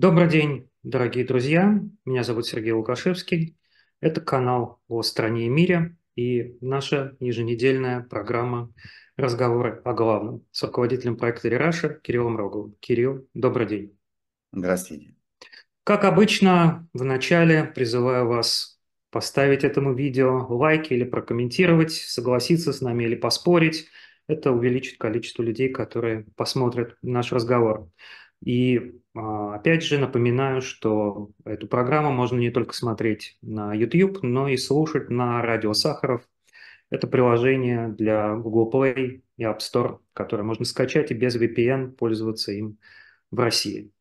Добрый день, дорогие друзья. Меня зовут Сергей Лукашевский. Это канал о стране и мире и наша еженедельная программа «Разговоры о главном» с руководителем проекта «Рераша» Кириллом Роговым. Кирилл, добрый день. Здравствуйте. Как обычно, в начале призываю вас поставить этому видео лайк или прокомментировать, согласиться с нами или поспорить. Это увеличит количество людей, которые посмотрят наш разговор. И опять же напоминаю, что эту программу можно не только смотреть на YouTube, но и слушать на радио Сахаров. Это приложение для Google Play и App Store, которое можно скачать и без VPN пользоваться им в России.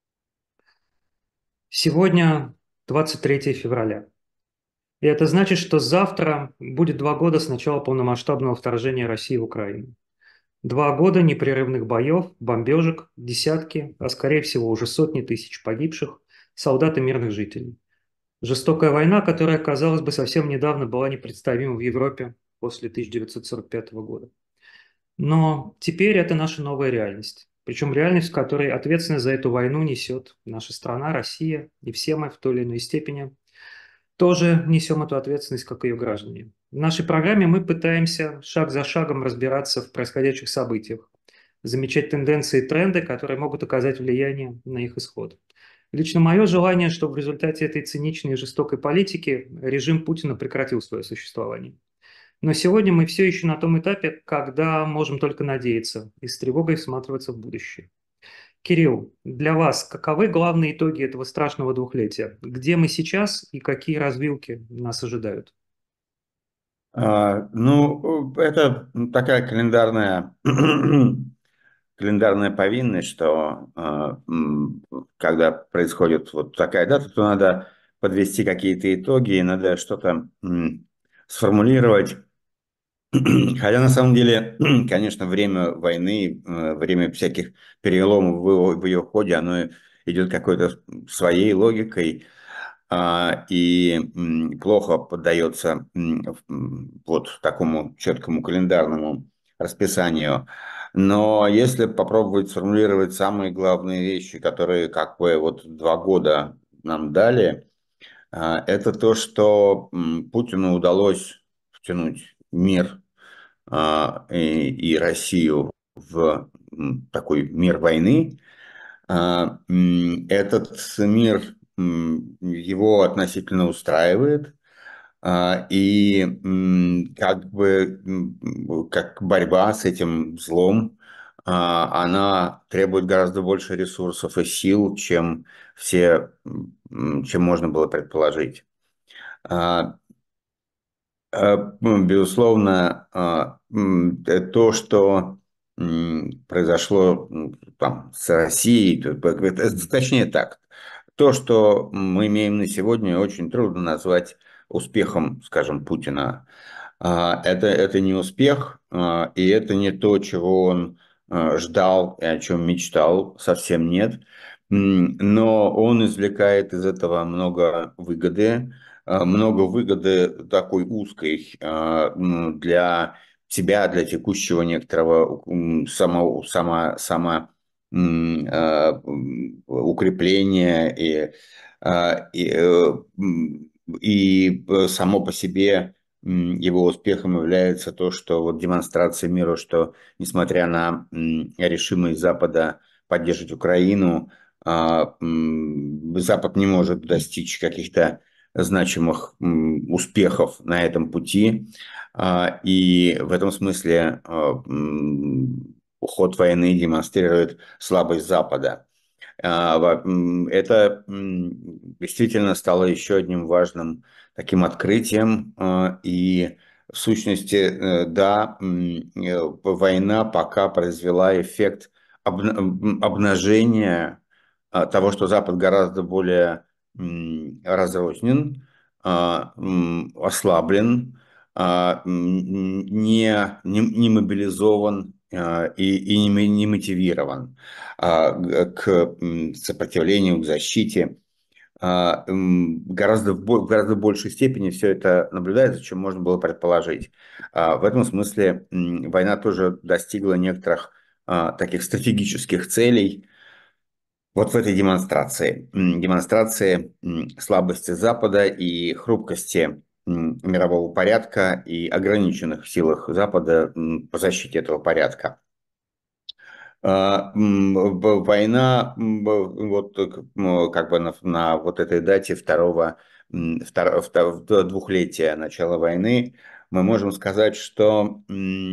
Сегодня 23 февраля. И это значит, что завтра будет 2 года с начала полномасштабного вторжения России в Украину. 2 года непрерывных боев, бомбежек, десятки, а скорее всего уже сотни тысяч погибших солдат и мирных жителей. Жестокая война, которая, казалось бы, совсем недавно была непредставима в Европе после 1945 года. Но теперь это наша новая реальность. Причем реальность, в которой ответственность за эту войну несет наша страна, Россия, и все мы в той или иной степени тоже несем эту ответственность, как ее граждане. В нашей программе мы пытаемся шаг за шагом разбираться в происходящих событиях, замечать тенденции и тренды, которые могут оказать влияние на их исход. Лично мое желание, чтобы в результате этой циничной и жестокой политики режим Путина прекратил свое существование. Но сегодня мы все еще на том этапе, когда можем только надеяться и с тревогой всматриваться в будущее. Кирилл, для вас каковы главные итоги этого страшного двухлетия? Где мы сейчас и какие развилки нас ожидают? Это такая календарная, календарная повинность, что когда происходит вот такая дата, то надо подвести какие-то итоги, и надо что-то сформулировать. Хотя на самом деле, конечно, время войны, время всяких переломов в ее ходе, оно идет какой-то своей логикой. И плохо поддается вот такому четкому календарному расписанию. Но если попробовать сформулировать самые главные вещи, которые как бы вот 2 года нам дали, это то, что Путину удалось втянуть мир и Россию в такой мир войны. Этот мир его относительно устраивает, и как бы как борьба с этим злом, она требует гораздо больше ресурсов и сил, чем можно было предположить. А, Безусловно, то, что произошло там с Россией, точнее так, то, что мы имеем на сегодня, очень трудно назвать успехом, скажем, Путина. Это не успех, и это не то, чего он ждал и о чем мечтал, совсем нет. Но он извлекает из этого много выгоды такой узкой для себя, для текущего некоторого укрепления и само по себе его успехом является то, что вот демонстрация миру, что несмотря на решимость Запада поддерживать Украину, Запад не может достичь каких-то значимых успехов на этом пути. И в этом смысле ход войны демонстрирует слабость Запада. Это действительно стало еще одним важным таким открытием. И в сущности, да, война пока произвела эффект обнажения того, что Запад гораздо более разрознен, ослаблен, не мобилизован и не мотивирован к сопротивлению, к защите. В гораздо большей степени все это наблюдается, чем можно было предположить. В этом смысле война тоже достигла некоторых таких стратегических целей, Вот в этой демонстрации слабости Запада и хрупкости мирового порядка и ограниченных силах Запада по защите этого порядка. Война вот как бы на вот этой дате двухлетия начала войны мы можем сказать, что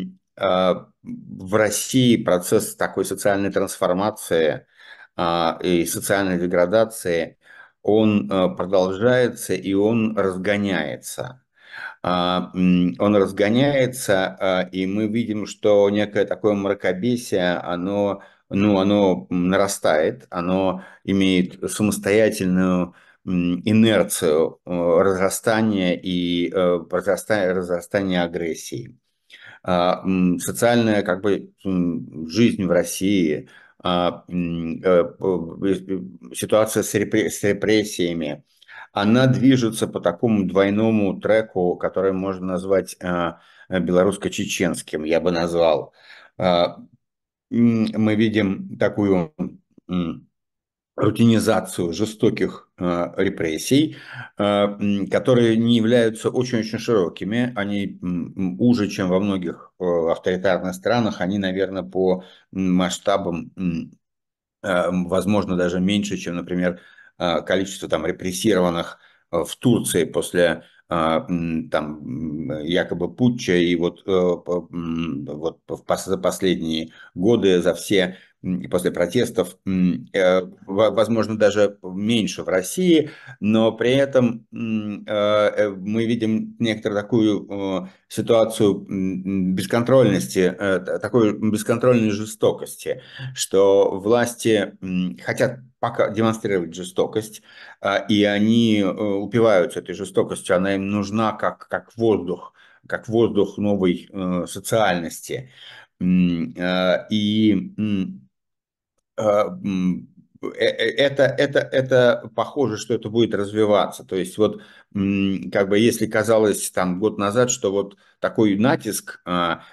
в России процесс такой социальной трансформации и социальной деградации, он продолжается и он разгоняется. Он разгоняется, и мы видим, что некое такое мракобесие, оно нарастает, оно имеет самостоятельную инерцию разрастания и разрастания агрессии. Социальная как бы жизнь в России, ситуация с репрессиями, она движется по такому двойному треку, который можно назвать белорусско-чеченским, я бы назвал. Мы видим такую рутинизацию жестоких репрессий, которые не являются очень-очень широкими. Они уже, чем во многих авторитарных странах. Они, наверное, по масштабам возможно, даже меньше, чем, например, количество там репрессированных в Турции после там якобы путча и вот за последние годы за все после протестов, возможно, даже меньше в России, но при этом мы видим некоторую такую ситуацию бесконтрольности, такой бесконтрольной жестокости, что власти хотят пока демонстрировать жестокость, и они упиваются этой жестокостью, она им нужна как воздух новой социальности. И это похоже, что это будет развиваться. То есть вот как бы если казалось там год назад, что вот такой натиск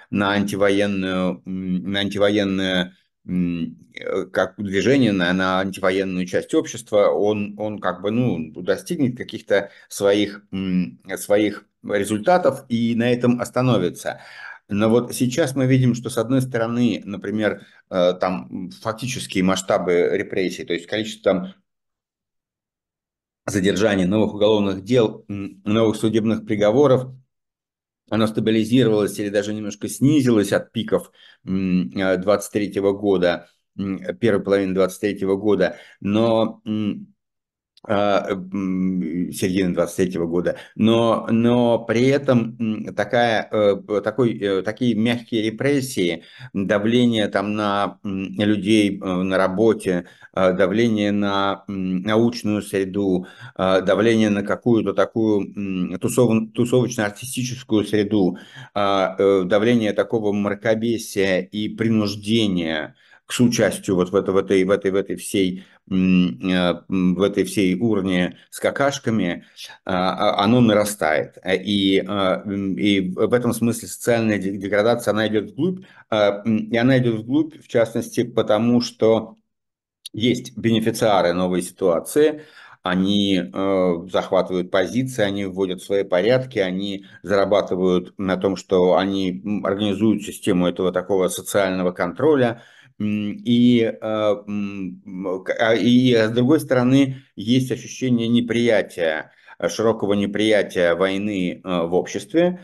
на антивоенное как движение, на антивоенную часть общества, он как бы ну, достигнет каких-то своих результатов и на этом остановится. Но вот сейчас мы видим, что с одной стороны, например, там фактические масштабы репрессий, то есть количество там задержаний, новых уголовных дел, новых судебных приговоров, оно стабилизировалось или даже немножко снизилось от пиков 23 года, первой половины 23 года, но середины 23 года, но при этом такие мягкие репрессии, давление там на людей на работе, давление на научную среду, давление на какую-то такую тусовочно-артистическую среду, давление такого мракобесия и принуждения к соучастию вот в этой всей урне с какашками, оно нарастает. И в этом смысле социальная деградация, она идет вглубь, и она идет вглубь, в частности, потому что есть бенефициары новой ситуации, они захватывают позиции, они вводят свои порядки, они зарабатывают на том, что они организуют систему этого такого социального контроля. И с другой стороны, есть ощущение неприятия, широкого неприятия войны в обществе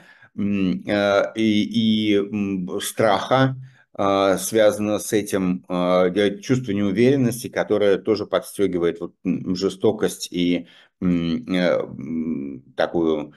страха, связано с этим чувство неуверенности, которое тоже подстегивает вот, жестокость и такую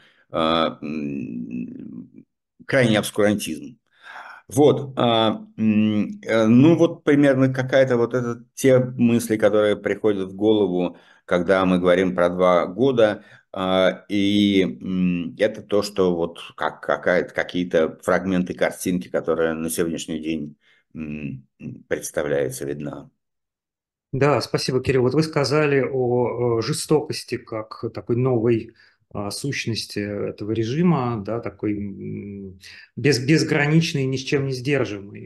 крайний обскурантизм. Вот, ну вот примерно какая-то вот это те мысли, которые приходят в голову, когда мы говорим про 2 года, и это то, что вот какие-то фрагменты картинки, которые на сегодняшний день представляется, видна. Да, спасибо, Кирилл. Вот вы сказали о жестокости как такой новой сущности этого режима, да, такой безграничной, ни с чем не сдерживаемой.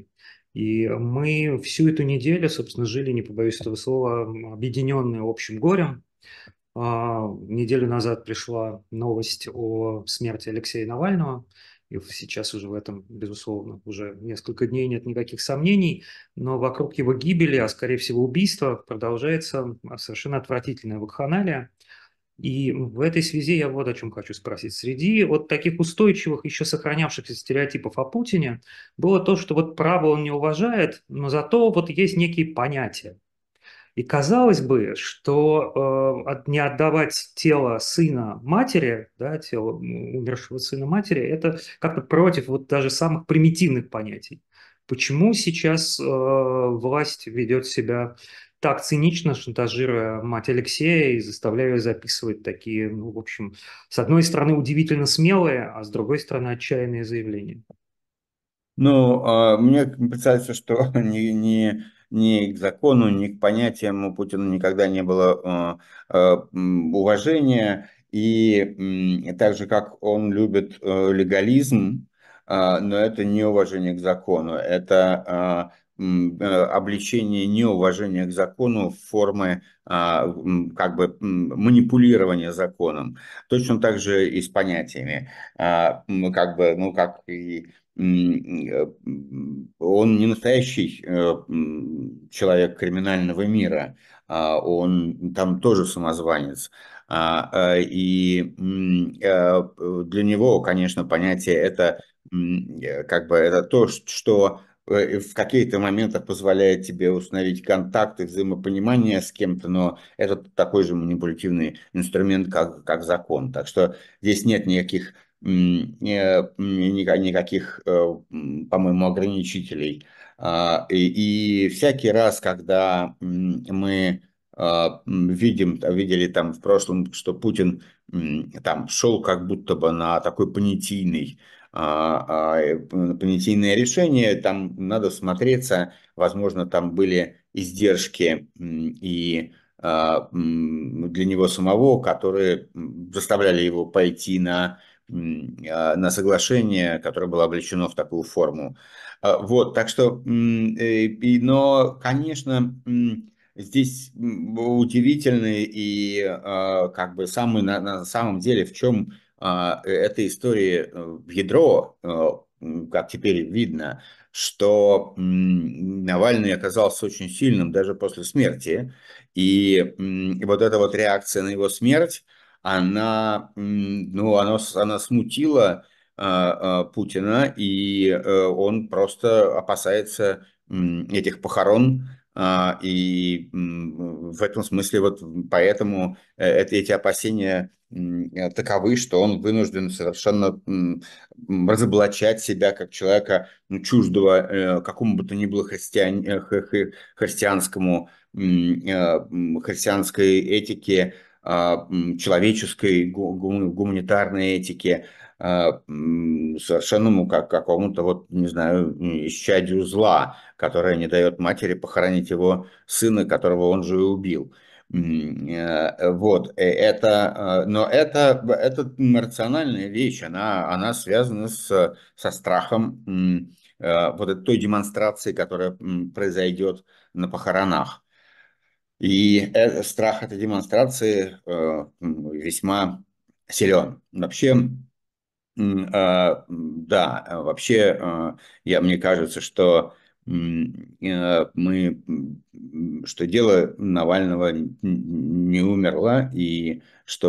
И мы всю эту неделю, собственно, жили, не побоюсь этого слова, объединенные общим горем. Неделю назад пришла новость о смерти Алексея Навального, и сейчас уже в этом, безусловно, уже несколько дней нет никаких сомнений, но вокруг его гибели, а скорее всего убийства, продолжается совершенно отвратительная вакханалия. И в этой связи я вот о чем хочу спросить. Среди вот таких устойчивых, еще сохранявшихся стереотипов о Путине было то, что вот право он не уважает, но зато вот есть некие понятия. И казалось бы, что не отдавать тело сына матери, да, тело умершего сына матери, это как-то против вот даже самых примитивных понятий. Почему сейчас власть ведет себя так цинично, шантажируя мать Алексея и заставляя ее записывать такие, ну, в общем, с одной стороны удивительно смелые, а с другой стороны отчаянные заявления? Ну, мне представляется, что ни к закону, ни к понятиям у Путина никогда не было уважения. И так же, как он любит легализм, но это не уважение к закону, это обличение неуважения к закону в форме как бы манипулирования законом. Точно так же и с понятиями. Как бы, ну, как и он не настоящий человек криминального мира, он там тоже самозванец. Для него, конечно, понятие это как бы это то, что в каких-то моментах позволяет тебе установить контакт и взаимопонимание с кем-то, но это такой же манипулятивный инструмент, как закон. Так что здесь нет никаких, по-моему, ограничителей. И всякий раз, когда мы видели там в прошлом, что Путин там шел как будто бы на такой понятийное решение, там надо смотреться, возможно, там были издержки для него самого, которые заставляли его пойти на соглашение, которое было облечено в такую форму. Вот, так что, но, конечно, здесь удивительный и как бы на самом деле в чем эта история в ядро, как теперь видно, что Навальный оказался очень сильным даже после смерти, и вот эта вот реакция на его смерть, она смутила Путина, и он просто опасается этих похорон, в этом смысле вот поэтому эти опасения таковы, что он вынужден совершенно разоблачать себя как человека чуждого какому бы то ни было христианской этике, человеческой гуманитарной этике, совершенному как какому-то вот, не знаю, исчадию зла, которое не дает матери похоронить его сына, которого он же и убил. Вот, но это рациональная вещь, она связана со страхом вот этой той демонстрации, которая произойдет на похоронах. И страх этой демонстрации весьма силен. Вообще, да, вообще, мне кажется, что что дело Навального не умерло, и что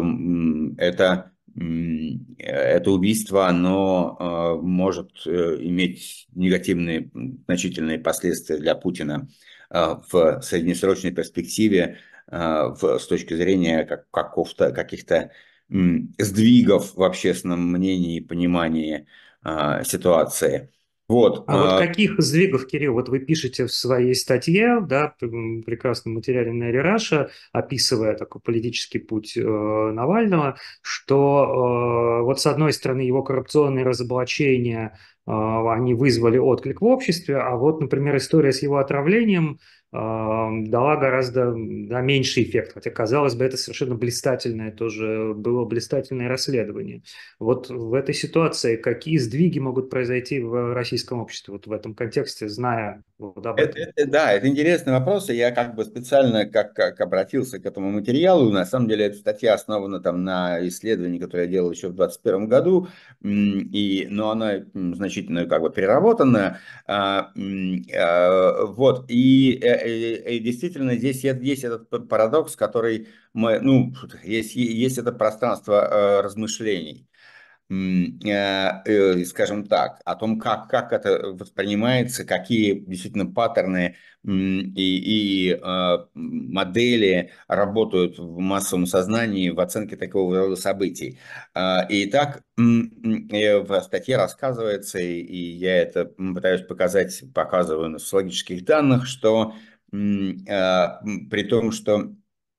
это убийство, оно может иметь негативные, значительные последствия для Путина в среднесрочной перспективе, с точки зрения каких-то сдвигов в общественном мнении и понимании ситуации. Вот. А вот каких сдвигов, Кирилл, вот вы пишете в своей статье, да, прекрасном материале на Раша, описывая такой политический путь Навального, что вот с одной стороны его коррупционные разоблачения, они вызвали отклик в обществе, а вот, например, история с его отравлением дала гораздо да, меньший эффект. Хотя, казалось бы, это совершенно блистательное тоже было блистательное расследование. Вот в этой ситуации какие сдвиги могут произойти в российском обществе, вот в этом контексте, зная вот об этом? Да, это интересный вопрос, и я как бы специально как обратился к этому материалу. На самом деле эта статья основана там на исследовании, которое я делал еще в 2021 году, но она значительно как бы переработана. Вот, и действительно здесь есть этот парадокс, который мы, ну, есть это пространство размышлений, скажем так, о том, как это воспринимается, какие действительно паттерны модели работают в массовом сознании в оценке такого рода событий. И так в статье рассказывается, и я это пытаюсь показать, показываю на социологических данных, что при том, что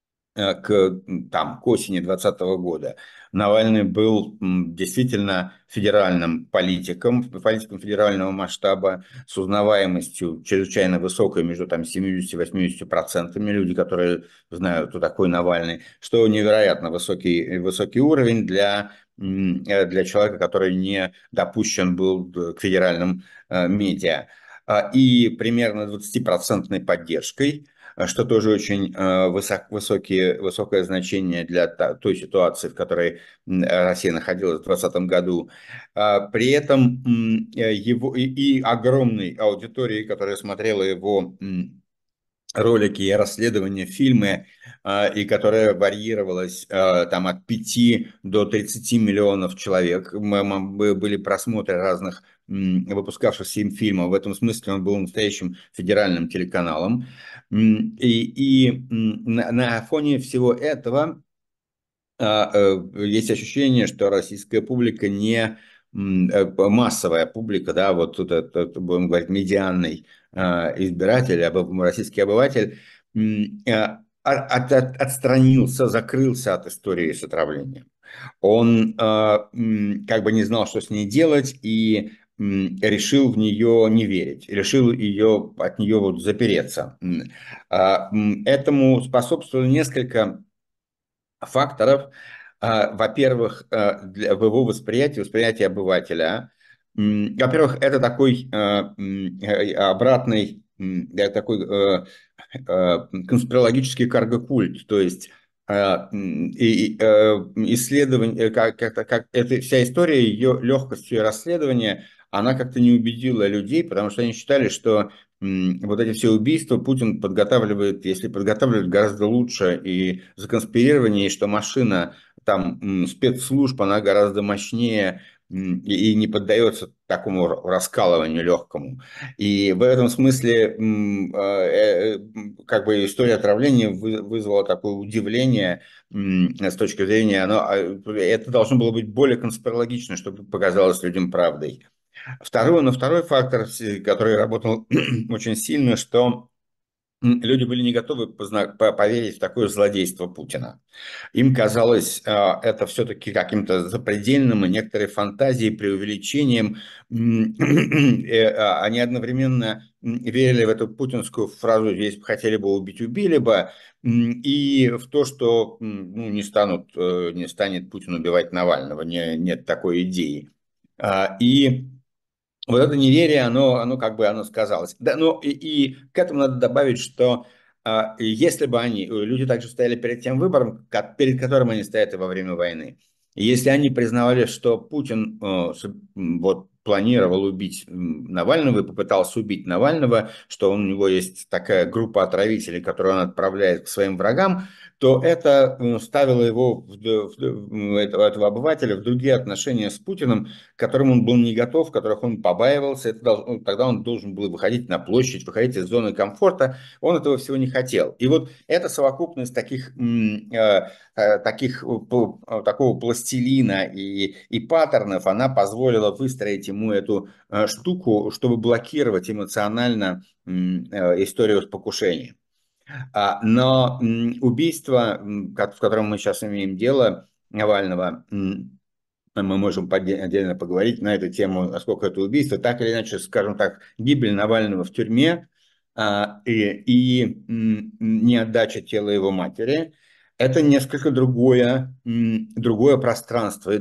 к осени 2020 года Навальный был действительно федеральным политиком федерального масштаба с узнаваемостью чрезвычайно высокой, между там 70-80%. Люди, которые знают, кто такой Навальный, что невероятно высокий уровень для человека, который не допущен был к федеральным медиа. И примерно 20% поддержкой, что тоже очень высокое значение для той ситуации, в которой Россия находилась в 2020 году. При этом его и огромной аудитории, которая смотрела его ролики и расследования, фильмы, и которая варьировалась там от 5 до 30 миллионов человек. Были просмотры разных выпускавшихся им фильмов. В этом смысле он был настоящим федеральным телеканалом. На фоне всего этого есть ощущение, что российская публика не массовая публика, да, вот тут это, будем говорить, медианный избиратель, российский обыватель, отстранился, закрылся от истории с отравлением. Он как бы не знал, что с ней делать, и решил в нее не верить, решил от нее вот запереться. Этому способствовало несколько факторов. Во-первых, в его восприятии обывателя. Во-первых, это такой обратный, такой конспирологический карго-культ, то есть исследование, как эта вся история, ее легкостью и расследования, она как-то не убедила людей, потому что они считали, что вот эти все убийства Путин подготавливает, если подготавливает, гораздо лучше и законспирирование, и что машина там спецслужб, она гораздо мощнее и не поддается такому раскалыванию легкому. И в этом смысле как бы история отравления вызвала такое удивление с точки зрения, это должно было быть более конспирологично, чтобы показалось людям правдой. Второй фактор, который работал очень сильно, что люди были не готовы поверить в такое злодейство Путина. Им казалось это все-таки каким-то запредельным и некоторой фантазией, преувеличением. Они одновременно верили в эту путинскую фразу «если бы хотели бы убить, убили бы», и в то, что ну, не станет Путин убивать Навального, нет такой идеи. И вот это неверие, оно как бы оно сказалось. Да, но и к этому надо добавить, что если бы люди также стояли перед тем выбором, перед которым они стоят и во время войны, и если они признавали, что Путин вот планировал убить Навального и попытался убить Навального, что у него есть такая группа отравителей, которую он отправляет к своим врагам, то это ставило его, этого обывателя, в другие отношения с Путиным, к которым он был не готов, которых он побаивался. Тогда он должен был выходить на площадь, выходить из зоны комфорта. Он этого всего не хотел. И вот эта совокупность такого пластилина и паттернов, она позволила выстроить ему эту штуку, чтобы блокировать эмоционально историю с покушением. Но убийство, в котором мы сейчас имеем дело, Навального, мы можем отдельно поговорить на эту тему, насколько это убийство, так или иначе, скажем так, гибель Навального в тюрьме, неотдача тела его матери, это несколько другое пространство и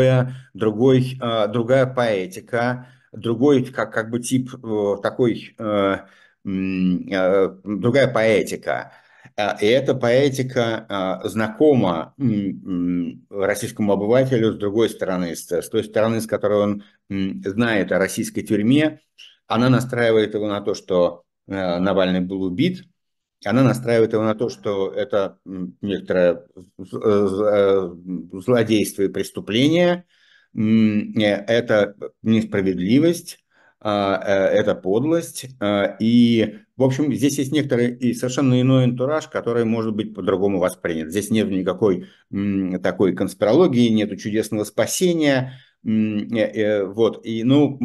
другая поэтика, другой как бы тип такой, другая поэтика. И эта поэтика знакома российскому обывателю с другой стороны, с той стороны, с которой он знает о российской тюрьме. Она настраивает его на то, что Навальный был убит. Она настраивает его на то, что это некоторое злодейство и преступление, это несправедливость, это подлость. И, в общем, здесь есть некоторый и совершенно иной антураж, который может быть по-другому воспринят. Здесь нет никакой такой конспирологии, нету чудесного спасения. Вот, и, ну,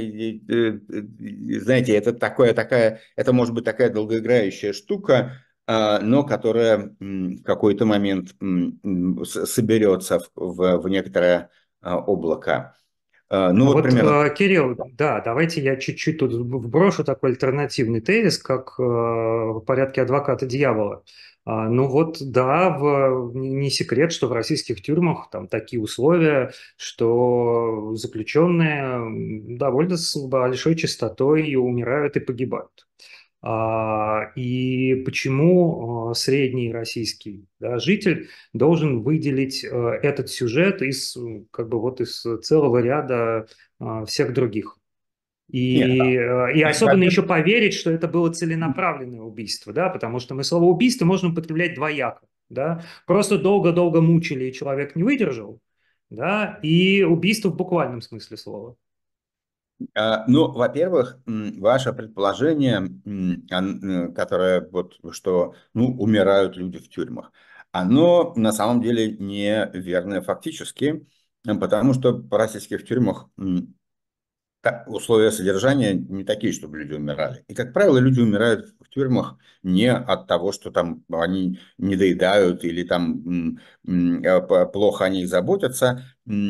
знаете, это может быть такая долгоиграющая штука, но которая в какой-то момент соберется в некоторое облако. Ну, вот Вот, примерно. Кирилл, да, давайте я чуть-чуть тут вброшу такой альтернативный тезис, как в порядке адвоката дьявола. Ну вот, да, не секрет, что в российских тюрьмах там такие условия, что заключенные довольно с большой частотой умирают и погибают. И почему средний российский, да, житель должен выделить этот сюжет из, как бы вот из целого ряда всех других? Нет, И особенно еще поверить, что это было целенаправленное убийство, да, потому что мы слово убийство можно употреблять двояко, да, просто долго-долго мучили, и человек не выдержал, да, и убийство в буквальном смысле слова. Ну, во-первых, ваше предположение, которое вот что, ну, умирают люди в тюрьмах, оно на самом деле неверное фактически, потому что в российских тюрьмах условия содержания не такие, чтобы люди умирали. И, как правило, люди умирают в тюрьмах не от того, что там они не доедают или там плохо о них заботятся.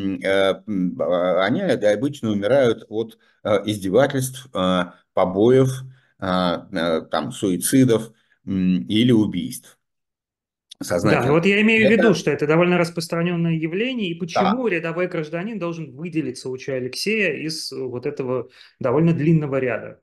Они обычно умирают от издевательств, побоев, там, суицидов или убийств Да, ну сознательных. вот я имею в виду, Это, что это довольно распространенное явление, и почему да. рядовой гражданин должен выделить случай Алексея из вот этого довольно длинного ряда.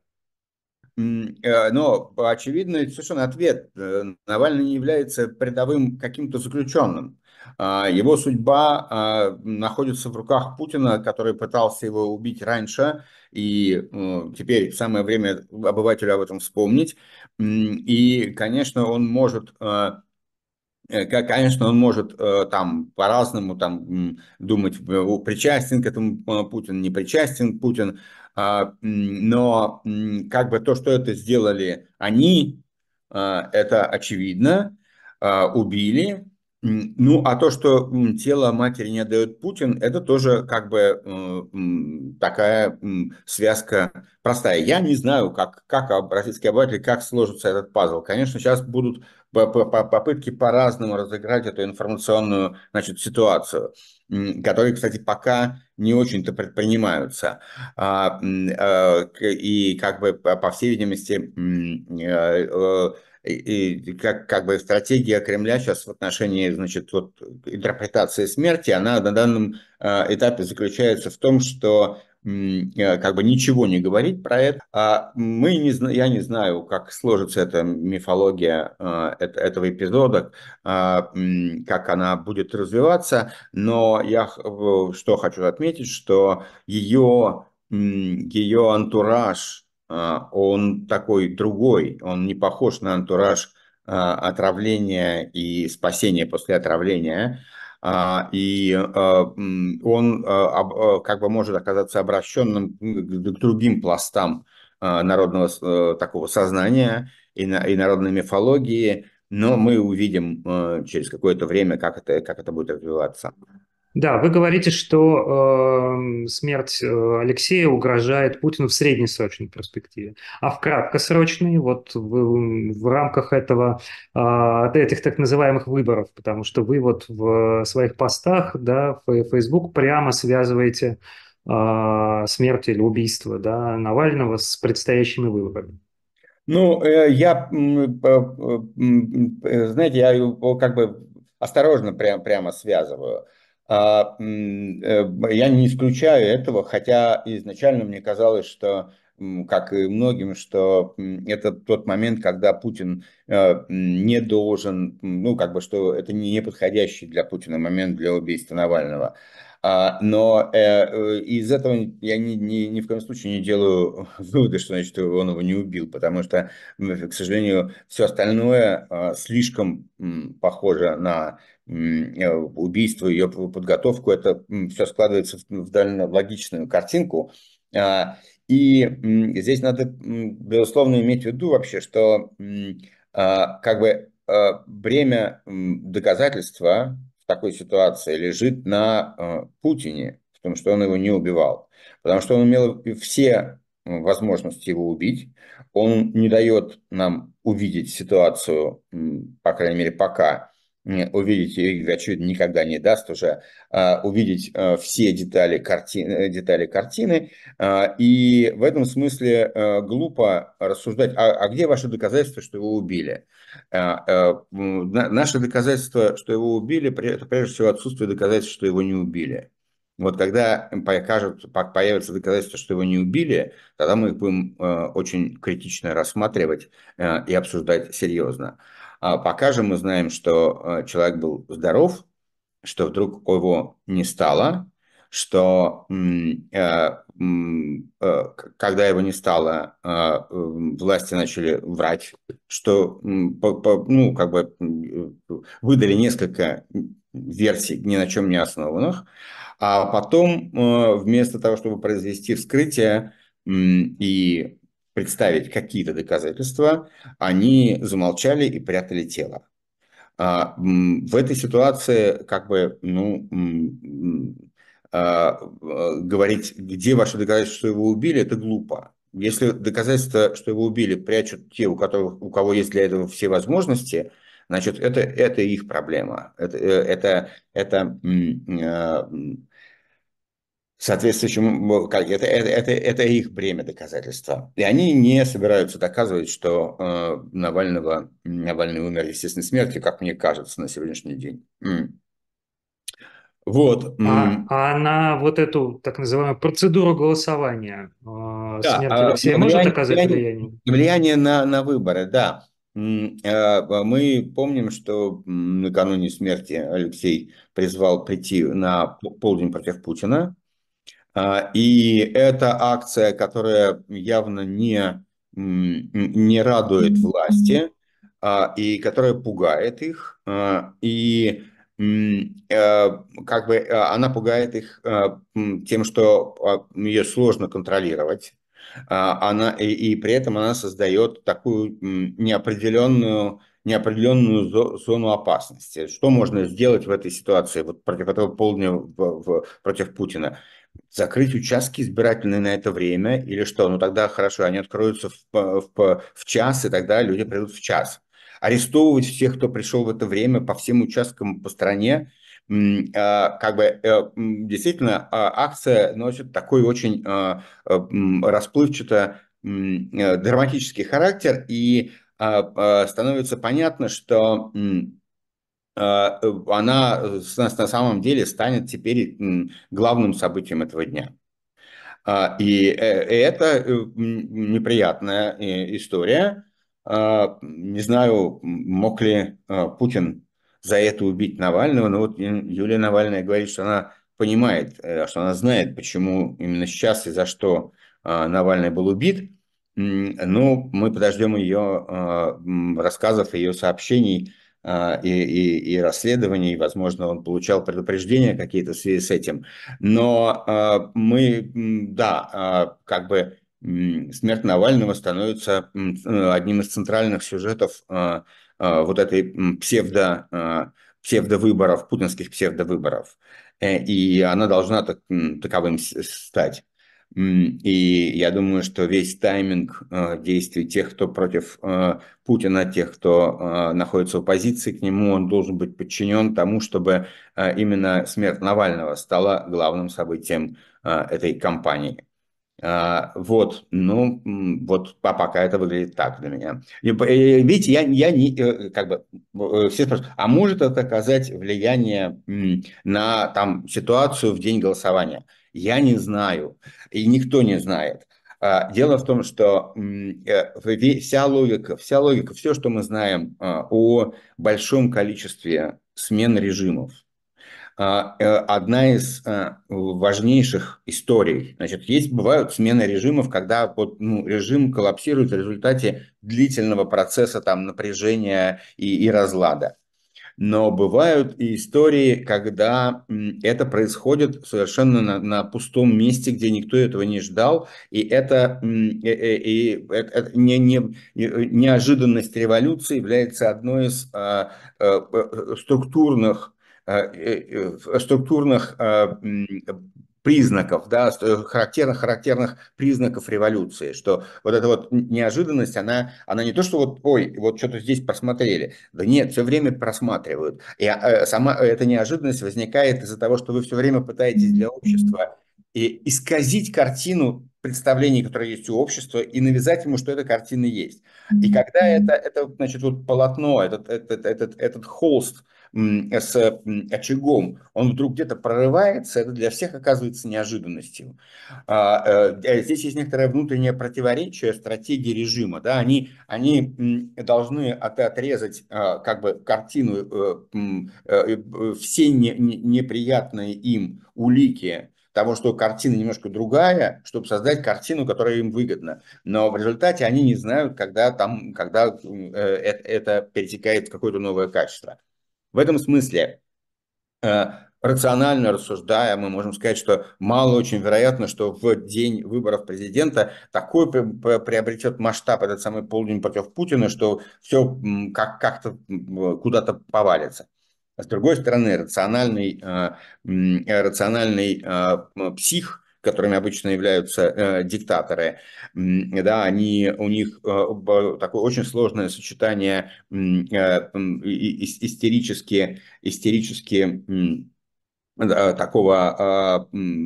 Но очевидный совершенно ответ. Навальный не является рядовым каким-то заключенным. Его судьба находится в руках Путина, который пытался его убить раньше, и теперь самое время обывателю об этом вспомнить. И, конечно, он может конечно, он может там по-разному там думать, причастен к этому Путин, не причастен Путин, но как бы то, что это сделали они, это очевидно, убили. Ну, а то, что тело матери не отдает Путин, это тоже как бы такая связка простая. Я не знаю, как российский обыватель, как сложится этот пазл. Конечно, сейчас будут попытки по-разному разыграть эту информационную, значит, ситуацию, которые, кстати, пока не очень-то предпринимаются. И как бы, по всей видимости, и как бы стратегия Кремля сейчас в отношении, значит, вот интерпретации смерти, она на данном этапе заключается в том, что как бы ничего не говорить про это. Я не знаю, как сложится эта мифология этого эпизода, как она будет развиваться, но я что хочу отметить, что ее антураж, он такой другой, он не похож на антураж отравления и спасения после отравления. Он как бы может оказаться обращенным к другим пластам народного такого сознания и народной мифологии, но мы увидим через какое-то время, как это будет развиваться. Да, вы говорите, что смерть Алексея угрожает Путину в среднесрочной перспективе, а в краткосрочной, вот в рамках этих так называемых выборов, потому что вы вот в своих постах, да, в Facebook прямо связываете смерть или убийство, да, Навального с предстоящими выборами. Ну, знаете, я его как бы осторожно прямо связываю. Я не исключаю этого, хотя изначально мне казалось, что, как и многим, что это тот момент, когда Путин не должен, ну, как бы, что это не подходящий для Путина момент для убийства Навального. Но из этого я ни в коем случае не делаю выводы, что значит он его не убил, потому что, к сожалению, все остальное слишком похоже на убийство, ее подготовку. Это все складывается в довольно логичную картинку. А, И здесь надо, безусловно, иметь в виду вообще, что как бы бремя доказательства в такой ситуации лежит на Путине, в том, что он его не убивал. Потому что он имел все возможности его убить. Он не дает нам увидеть ситуацию, по крайней мере, пока увидеть ее, очевидно, никогда не даст уже, увидеть все детали картины. И в этом смысле глупо рассуждать, а где ваши доказательства, что его убили? Наше доказательство, что его убили, это прежде всего отсутствие доказательств, что его не убили. Вот когда появятся доказательства, что его не убили, тогда мы их будем очень критично рассматривать и обсуждать серьезно. А пока же мы знаем, что человек был здоров, что вдруг его не стало, что когда его не стало, власти начали врать, что ну, как бы выдали несколько версий, ни на чем не основанных, а потом вместо того, чтобы произвести вскрытие и представить какие-то доказательства, они замолчали и прятали тело. В этой ситуации как бы, ну, говорить, где ваши доказательства, что его убили, это глупо. Если доказательства, что его убили, прячут те, у кого есть для этого все возможности, значит, это их проблема. Соответствующим, это их бремя доказательства. И они не собираются доказывать, что Навальный умер естественной смертью, как мне кажется, на сегодняшний день. Вот. А на вот эту так называемую процедуру голосования Да, смерть Алексея может оказать влияние? влияние на выборы, да. Мы помним, что накануне смерти Алексей призвал прийти на полдень против Путина. И это акция, которая явно не радует власти, и которая пугает их. И как бы она пугает их тем, что ее сложно контролировать. И при этом она создает такую неопределенную зону опасности. Что можно сделать в этой ситуации, вот против этого полдня против Путина? Закрыть участки избирательные на это время или что? Ну тогда хорошо, они откроются в час, и тогда люди придут в час. Арестовывать всех, кто пришел в это время по всем участкам по стране, как бы действительно акция носит такой очень расплывчато драматический характер, и становится понятно, что она на самом деле станет теперь главным событием этого дня. И это неприятная история. Не знаю, мог ли Путин за это убить Навального, но вот Юлия Навальная говорит, что она понимает, что она знает, почему именно сейчас и за что Навальный был убит. Ну, мы подождем ее рассказов, ее сообщений и расследований. Возможно, он получал предупреждения какие-то в связи с этим. Но да, как бы смерть Навального становится одним из центральных сюжетов вот этой псевдовыборов, путинских псевдовыборов. И она должна таковым стать. И я думаю, что весь тайминг действий тех, кто против Путина, тех, кто находится в оппозиции к нему, он должен быть подчинен тому, чтобы именно смерть Навального стала главным событием этой кампании. Вот, ну, вот пока это выглядит так для меня. Видите, я не, как бы, все спрашивают, а может это оказать влияние на там ситуацию в день голосования? Я не знаю, и никто не знает. Дело в том, что вся логика, все, что мы знаем о большом количестве смен режимов, одна из важнейших историй. Значит, бывают смены режимов, когда вот, ну, режим коллапсирует в результате длительного процесса там, напряжения и разлада. Но бывают и истории, когда это происходит совершенно на пустом месте, где никто этого не ждал, и неожиданность революции является одной из структурных признаков, да, характерных признаков революции, что вот эта вот неожиданность, она не то, что вот, ой, вот что-то здесь просмотрели, да нет, все время просматривают. И сама эта неожиданность возникает из-за того, что вы все время пытаетесь для общества исказить картину представлений, которые есть у общества, и навязать ему, что эта картина есть. И когда значит, вот полотно, этот холст с очагом, он вдруг где-то прорывается, это для всех оказывается неожиданностью. Здесь есть некоторое внутреннее противоречие стратегии режима. Да? Они должны отрезать как бы картину, все неприятные им улики того, что картина немножко другая, чтобы создать картину, которая им выгодна. Но в результате они не знают, когда это перетекает в какое-то новое качество. В этом смысле, рационально рассуждая, мы можем сказать, что мало очень вероятно, что в день выборов президента такой приобретет масштаб этот самый полдень против Путина, что все как-то куда-то повалится. А с другой стороны, рациональный псих, которыми обычно являются диктаторы, да, у них такое очень сложное сочетание истерически такого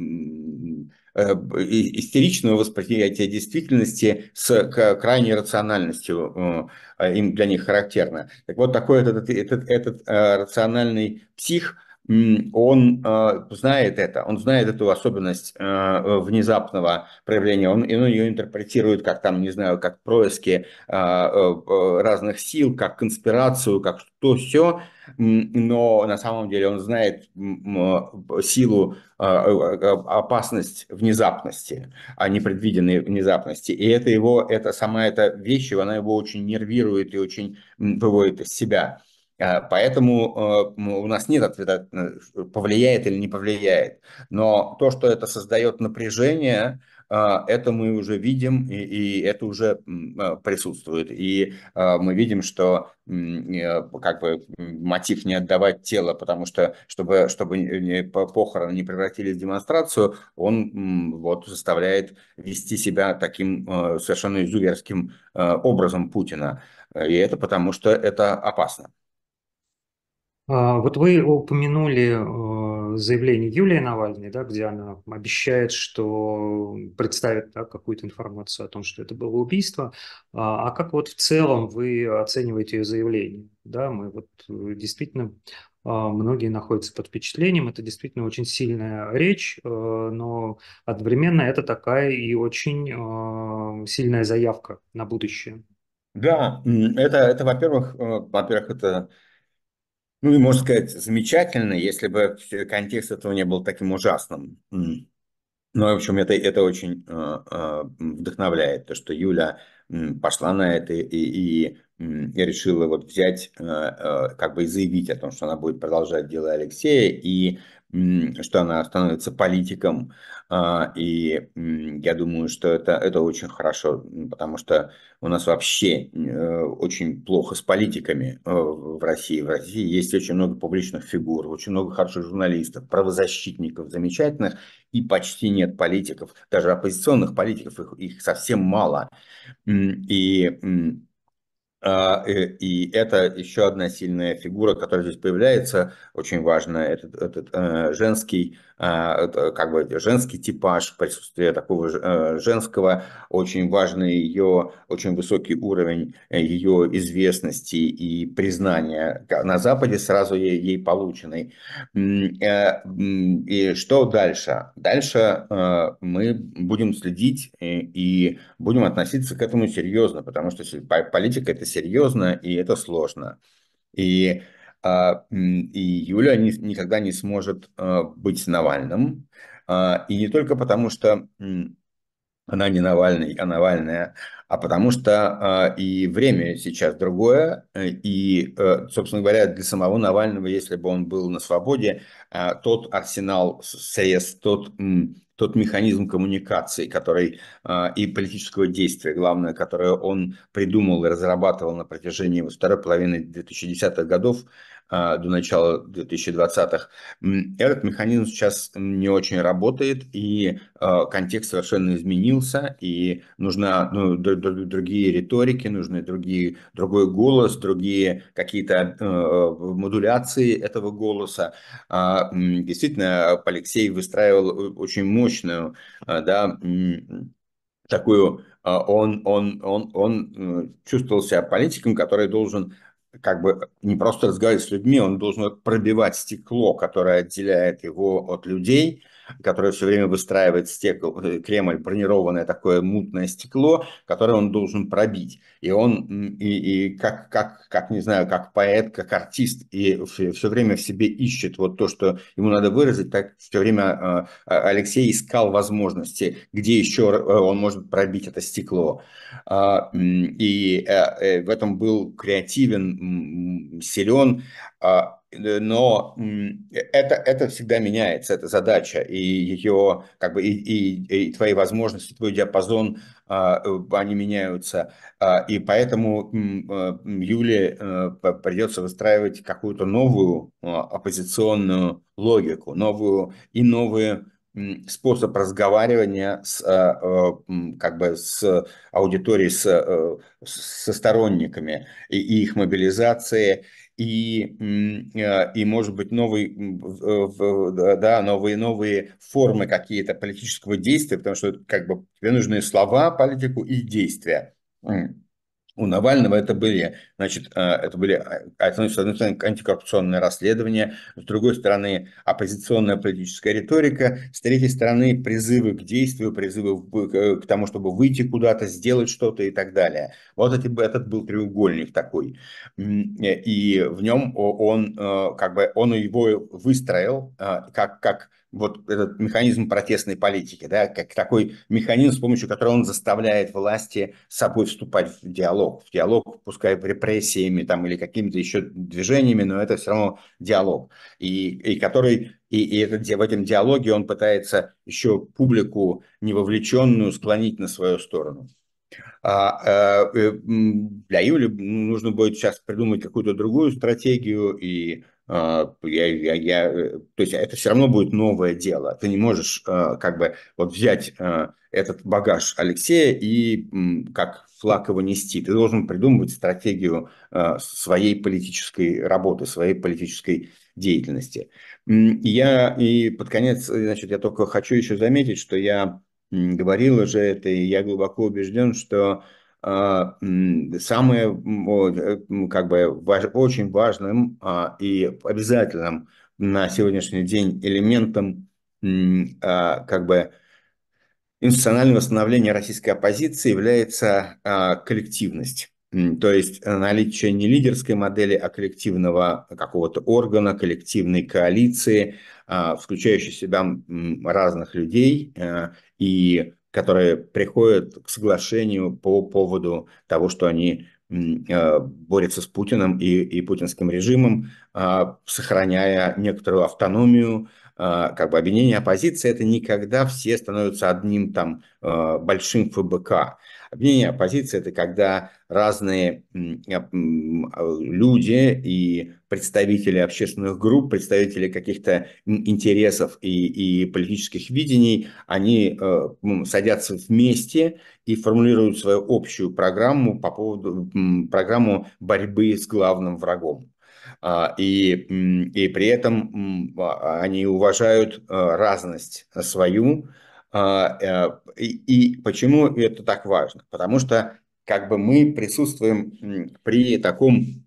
истеричного восприятия действительности с крайней рациональностью им для них характерно. Так вот, такой этот рациональный псих, он знает это, он знает эту особенность внезапного проявления, он ее интерпретирует как там, не знаю, как происки разных сил, как конспирацию, как то все, но на самом деле он знает силу, опасность внезапности, а непредвиденной внезапности. И сама эта вещь, она его очень нервирует и очень выводит из себя. Поэтому у нас нет ответа, повлияет или не повлияет. Но то, что это создает напряжение, это мы уже видим, и это уже присутствует. И мы видим, что как бы мотив не отдавать тело, потому что, чтобы похороны не превратились в демонстрацию, он вот заставляет вести себя таким совершенно изуверским образом Путина. И это потому, что это опасно. Вот вы упомянули заявление Юлии Навальной, да, где она обещает, что представит, да, какую-то информацию о том, что это было убийство. А как вот в целом вы оцениваете ее заявление? Да, мы вот действительно, многие находятся под впечатлением, это действительно очень сильная речь, но одновременно это такая и очень сильная заявка на будущее. Да, во-первых, это, ну, и можно сказать, замечательно, если бы контекст этого не был таким ужасным. Ну, в общем, это очень вдохновляет, то, что Юля пошла на это и решила вот взять, как бы и заявить о том, что она будет продолжать дело Алексея, и что она становится политиком. Я думаю, что это очень хорошо, потому что у нас вообще очень плохо с политиками в России. В России есть очень много публичных фигур, очень много хороших журналистов, правозащитников замечательных, и почти нет политиков, даже оппозиционных политиков, их совсем мало. И И это еще одна сильная фигура, которая здесь появляется, очень важная, этот женский, как бы женский типаж, присутствие такого женского, очень важный ее, очень высокий уровень ее известности и признания на Западе сразу ей полученный. И что дальше? Дальше мы будем следить и будем относиться к этому серьезно, потому что политика это серьезно и это сложно. И, и Юля никогда не сможет быть Навальным. И не только потому, что она не Навальный, а Навальная, а потому что и время сейчас другое, и, собственно говоря, для самого Навального, если бы он был на свободе, тот арсенал средств, тот механизм коммуникации, который и политического действия, главное, которое он придумал и разрабатывал на протяжении второй половины 2010-х годов до начала 2020-х, этот механизм сейчас не очень работает, и контекст совершенно изменился, и нужны другие риторики, нужны другой голос, другие какие-то модуляции этого голоса. Действительно, Алексей выстраивал очень мощную, да, такую, он чувствовал себя политиком, который должен как бы не просто разговаривать с людьми, он должен пробивать стекло, которое отделяет его от людей, которое все время выстраивает Кремль, бронированное такое мутное стекло, которое он должен пробить. И он, и как, не знаю, как поэт, как артист, и все время в себе ищет вот то, что ему надо выразить, так все время Алексей искал возможности, где еще он может пробить это стекло. И в этом был креативен, силен, но это всегда меняется, эта задача, и ее, как бы, и твои возможности, твой диапазон, они меняются, и поэтому Юле придется выстраивать какую-то новую оппозиционную логику, новый способ разговаривания как бы с аудиторией, со сторонниками и их мобилизации, и может быть, новые формы какие-то политического действия, потому что как бы тебе нужны слова, политику и действия. У Навального это были, значит, с одной стороны, антикоррупционное расследование, с другой стороны, оппозиционная политическая риторика, с третьей стороны, призывы к действию, призывы к тому, чтобы выйти куда-то, сделать что-то и так далее. Вот этот был треугольник такой. И в нем как бы, он его выстроил как вот этот механизм протестной политики, да, как такой механизм, с помощью которого он заставляет власти с собой вступать в диалог, пускай репрессиями там, или какими-то еще движениями, но это все равно диалог, в этом диалоге он пытается еще публику невовлеченную склонить на свою сторону. Для Юли нужно будет сейчас придумать какую-то другую стратегию, и то есть это все равно будет новое дело. Ты не можешь как бы вот взять этот багаж Алексея и как флаг его нести. Ты должен придумывать стратегию своей политической работы, своей политической деятельности. И под конец, значит, я только хочу еще заметить, что я говорил уже это, и я глубоко убежден, что самое как бы очень важным и обязательным на сегодняшний день элементом как бы институционального становления российской оппозиции является коллективность. То есть наличие не лидерской модели, а коллективного какого-то органа, коллективной коалиции, включающей в себя разных людей, и которые приходят к соглашению по поводу того, что они борются с Путиным и путинским режимом, сохраняя некоторую автономию. Как бы объединение оппозиции – это не когда все становятся одним там большим ФБК. Объединение оппозиции – это когда разные люди и представители общественных групп, представители каких-то интересов и политических видений, они садятся вместе и формулируют свою общую программу по поводу программу борьбы с главным врагом. И при этом они уважают разность свою. И почему это так важно? Потому что как бы мы присутствуем при таком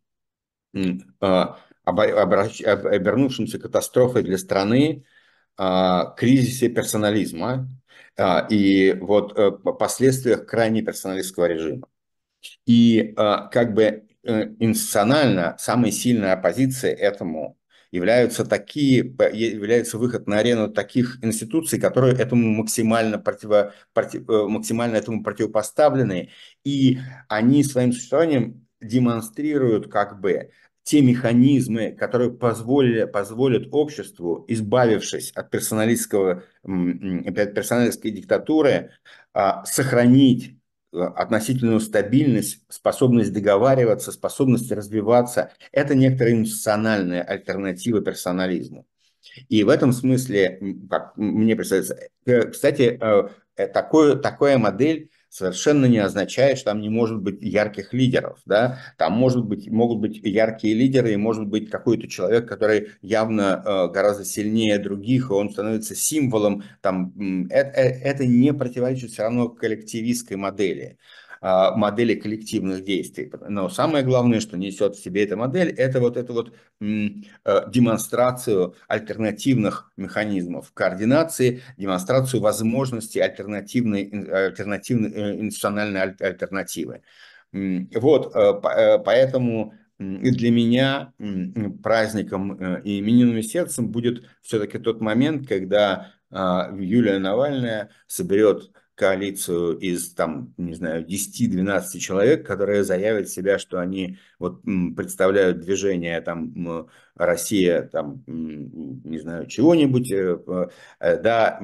обернувшемся катастрофой для страны кризисе персонализма и вот последствиях крайне персоналистского режима. И как бы институционально самой сильной оппозицией этому является выход на арену таких институций, которые этому максимально этому противопоставлены, и они своим существованием демонстрируют как бы те механизмы, которые позволят обществу, избавившись от персоналистской диктатуры, сохранить относительную стабильность, способность договариваться, способность развиваться. Это некоторая институциональная альтернатива персонализму. И в этом смысле, как мне представляется, кстати, такая модель совершенно не означает, что там не может быть ярких лидеров. Да? Там могут быть яркие лидеры, и может быть какой-то человек, который явно гораздо сильнее других, и он становится символом. Это не противоречит все равно коллективистской модели коллективных действий. Но самое главное, что несет в себе эта модель, это вот демонстрацию альтернативных механизмов координации, демонстрацию возможности альтернативной институциональной альтернативы. Вот, поэтому для меня праздником и именинным сердцем будет все-таки тот момент, когда Юлия Навальная соберет коалицию из, там, не знаю, 10-12 человек, которые заявят себя, что они вот представляют движение там Россия, там, не знаю, чего-нибудь, да,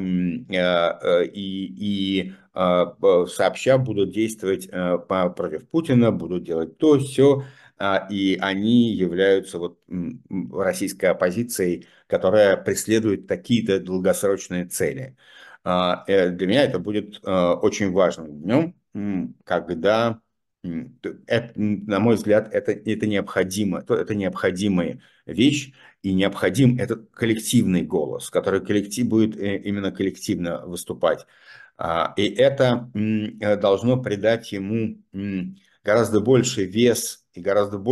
сообща будут действовать против Путина, будут делать то, все, и они являются вот российской оппозицией, которая преследует какие-то долгосрочные цели. Для меня это будет очень важным днем, когда, на мой взгляд, это необходимо, это необходимая вещь, и необходим этот коллективный голос, который будет именно коллективно выступать. И это должно придать ему гораздо больший вес и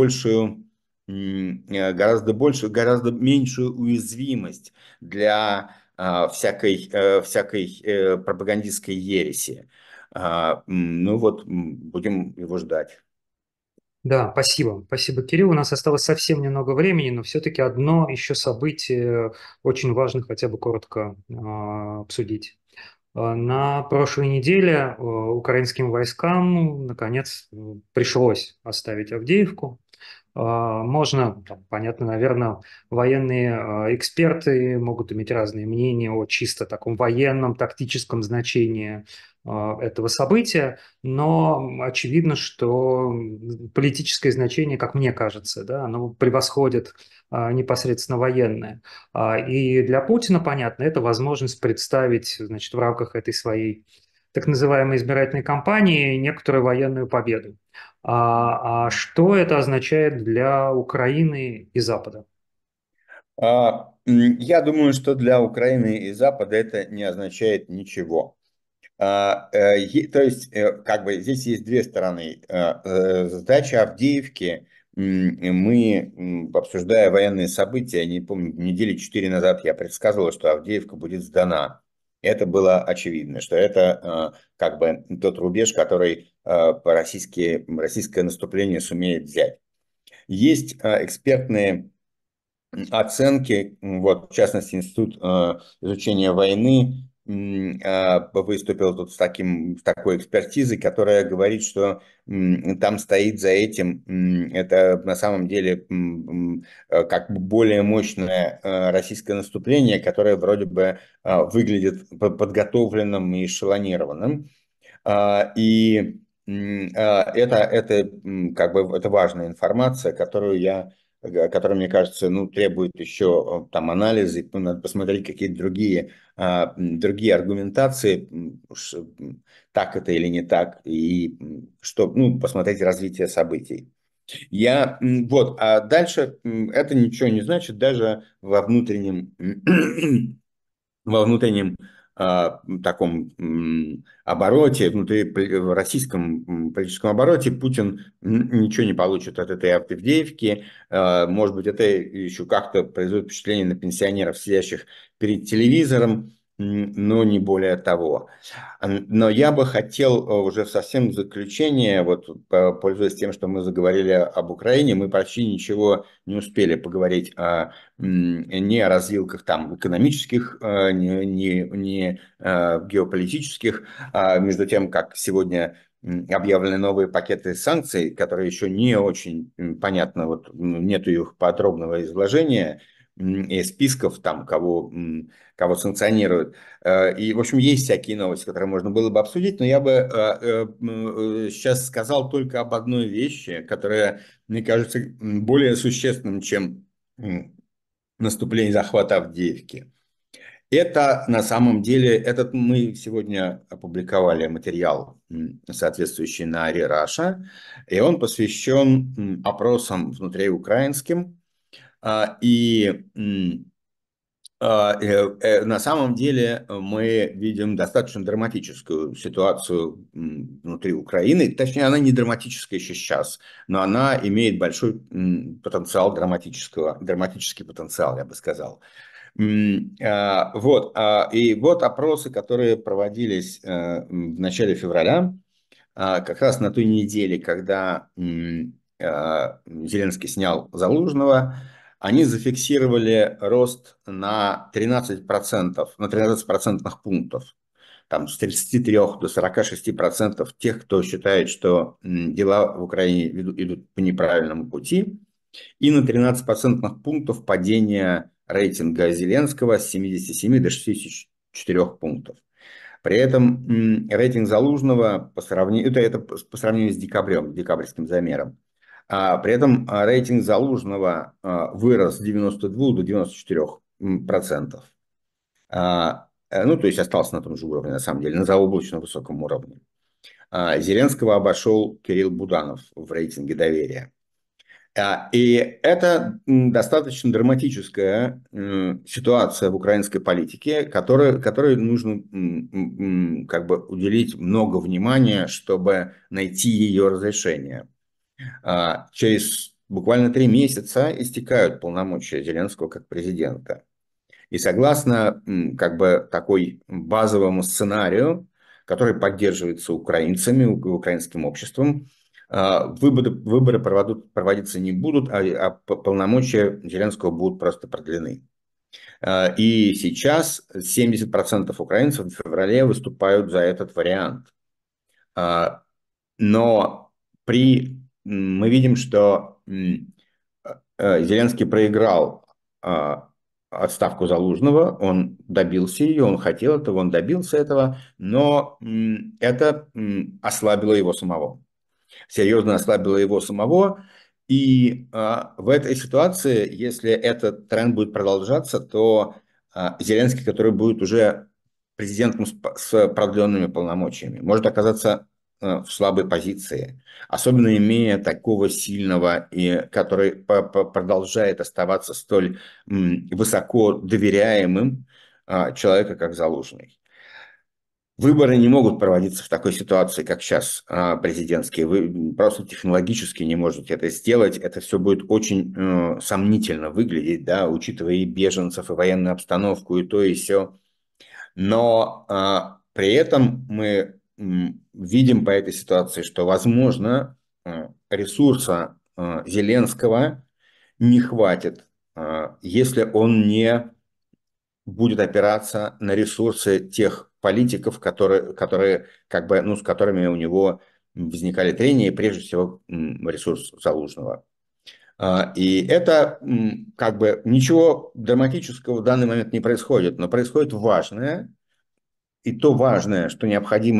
гораздо меньшую уязвимость для всякой пропагандистской ереси. Ну вот, будем его ждать. Да, спасибо. Спасибо, Кирилл. У нас осталось совсем немного времени, но все-таки одно еще событие очень важно хотя бы коротко обсудить. На прошлой неделе украинским войскам, наконец, пришлось оставить Авдеевку. Можно, там, понятно, наверное, военные эксперты могут иметь разные мнения о чисто таком военном, тактическом значении этого события, но очевидно, что политическое значение, как мне кажется, да, оно превосходит непосредственно военное. И для Путина, понятно, это возможность представить, значит, в рамках этой своей так называемой избирательной кампании некоторую военную победу. А что это означает для Украины и Запада? Я думаю, что для Украины и Запада это не означает ничего. То есть, как бы здесь есть две стороны. Сдача Авдеевки, мы, обсуждая военные события, не помню, недели 4 назад я предсказывал, что Авдеевка будет сдана. Это было очевидно, что это как бы тот рубеж, который российское наступление сумеет взять. Есть экспертные оценки, вот, в частности, Институт изучения войны выступил тут с такой экспертизой, которая говорит, что там стоит за этим, это на самом деле как бы более мощное российское наступление, которое вроде бы выглядит подготовленным и эшелонированным. И это как бы это важная информация, которую я который, мне кажется, ну, требует еще там анализа, и надо посмотреть какие-то другие аргументации, так это или не так, и что, ну, посмотреть развитие событий. Вот, а дальше это ничего не значит даже во внутреннем таком обороте, в российском политическом обороте Путин ничего не получит от этой Авдеевки. Может быть, это еще как-то производит впечатление на пенсионеров, сидящих перед телевизором, но не более того. Но я бы хотел уже совсем в заключение, вот пользуясь тем, что мы заговорили об Украине, мы почти ничего не успели поговорить не о развилках там экономических, не геополитических, между тем, как сегодня объявлены новые пакеты санкций, которые еще не очень понятно, вот нету их подробного изложения и списков там, кого санкционируют. И, в общем, есть всякие новости, которые можно было бы обсудить, но я бы сейчас сказал только об одной вещи, которая, мне кажется, более существенным, чем наступление захвата Авдеевки. Это на самом деле, этот мы сегодня опубликовали материал, соответствующий на Ари Раша, и он посвящен опросам внутриукраинским. И на самом деле мы видим достаточно драматическую ситуацию внутри Украины. Точнее, она не драматическая еще сейчас, но она имеет большой потенциал драматический потенциал, я бы сказал. Вот. И вот опросы, которые проводились в начале февраля, как раз на той неделе, когда Зеленский снял Залужного, они зафиксировали рост на 13%, на 13 процентных пунктов. Там с 33 до 46% тех, кто считает, что дела в Украине идут по неправильному пути, и на 13 процентных пунктов падение рейтинга Зеленского с 77 до 64 пунктов. При этом рейтинг Залужного это по сравнению с декабрьским замером. При этом рейтинг Залужного вырос с 92 до 94%. Ну, то есть остался на том же уровне, на самом деле, на заоблачно высоком уровне. Зеленского обошел Кирилл Буданов в рейтинге доверия. И это достаточно драматическая ситуация в украинской политике, которой нужно как бы уделить много внимания, чтобы найти ее разрешение. Через буквально 3 месяца истекают полномочия Зеленского как президента. И согласно как бы такой базовому сценарию, который поддерживается украинцами, украинским обществом, выборы проводиться не будут, а полномочия Зеленского будут просто продлены. И сейчас 70% украинцев в феврале выступают за этот вариант. Но мы видим, что Зеленский проиграл отставку Залужного, он добился ее, он хотел этого, он добился этого, но это ослабило его самого, серьезно ослабило его самого. И в этой ситуации, если этот тренд будет продолжаться, то Зеленский, который будет уже президентом с продленными полномочиями, может оказаться в слабой позиции, особенно имея такого сильного, и который продолжает оставаться столь высоко доверяемым человека, как Залужный. Выборы не могут проводиться в такой ситуации, как сейчас президентские. Вы просто технологически не можете это сделать. Это все будет очень сомнительно выглядеть, да, учитывая и беженцев, и военную обстановку, и то, и все. Но при этом мы видим по этой ситуации, что, возможно, ресурса Зеленского не хватит, если он не будет опираться на ресурсы тех политиков, которые как бы, ну, с которыми у него возникали трения, и прежде всего ресурс Залужного. И это как бы ничего драматического в данный момент не происходит, но происходит важное, и то важное, что необходимо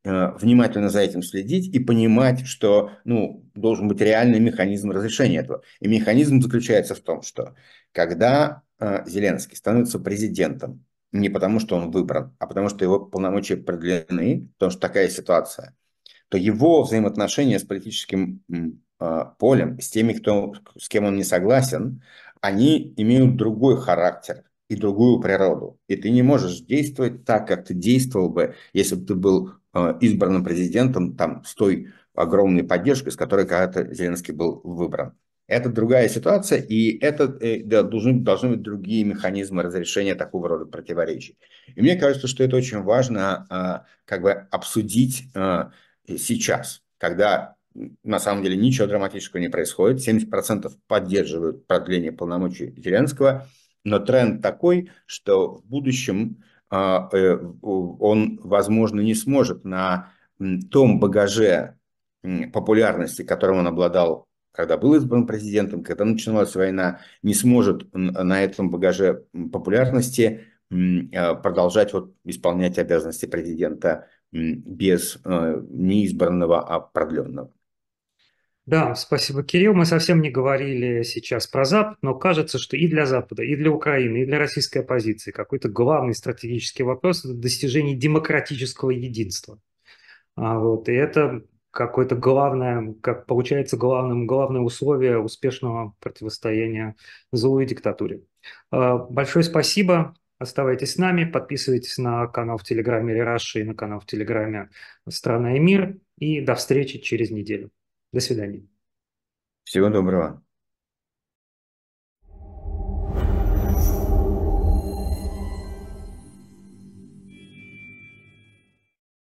внимательно за этим следить и понимать, что должен быть реальный механизм разрешения этого. И механизм заключается в том, что когда Зеленский становится президентом, не потому что он выбран, а потому что его полномочия продлены, потому что такая ситуация, то его взаимоотношения с политическим полем, с теми, с кем он не согласен, они имеют другой характер и другую природу. И ты не можешь действовать так, как ты действовал бы, если бы ты был избранным президентом там, с той огромной поддержкой, с которой когда-то Зеленский был выбран. Это другая ситуация, и это да, должны быть другие механизмы разрешения такого рода противоречий. И мне кажется, что это очень важно как бы обсудить сейчас, когда на самом деле ничего драматического не происходит, 70% поддерживают продление полномочий Зеленского, но тренд такой, что в будущем он, возможно, не сможет на том багаже популярности, которым он обладал, когда был избран президентом, когда начиналась война, не сможет на этом багаже популярности продолжать исполнять обязанности президента без неизбранного, а продленного. Да, спасибо, Кирилл. Мы совсем не говорили сейчас про Запад, но кажется, что и для Запада, и для Украины, и для российской оппозиции какой-то главный стратегический вопрос – это достижение демократического единства. И это какое-то главное, как получается, главное условие успешного противостояния злу и диктатуре. Большое спасибо. Оставайтесь с нами, подписывайтесь на канал в Телеграме Рераши и на канал в Телеграме «Страна и мир». И до встречи через неделю. До свидания. Всего доброго.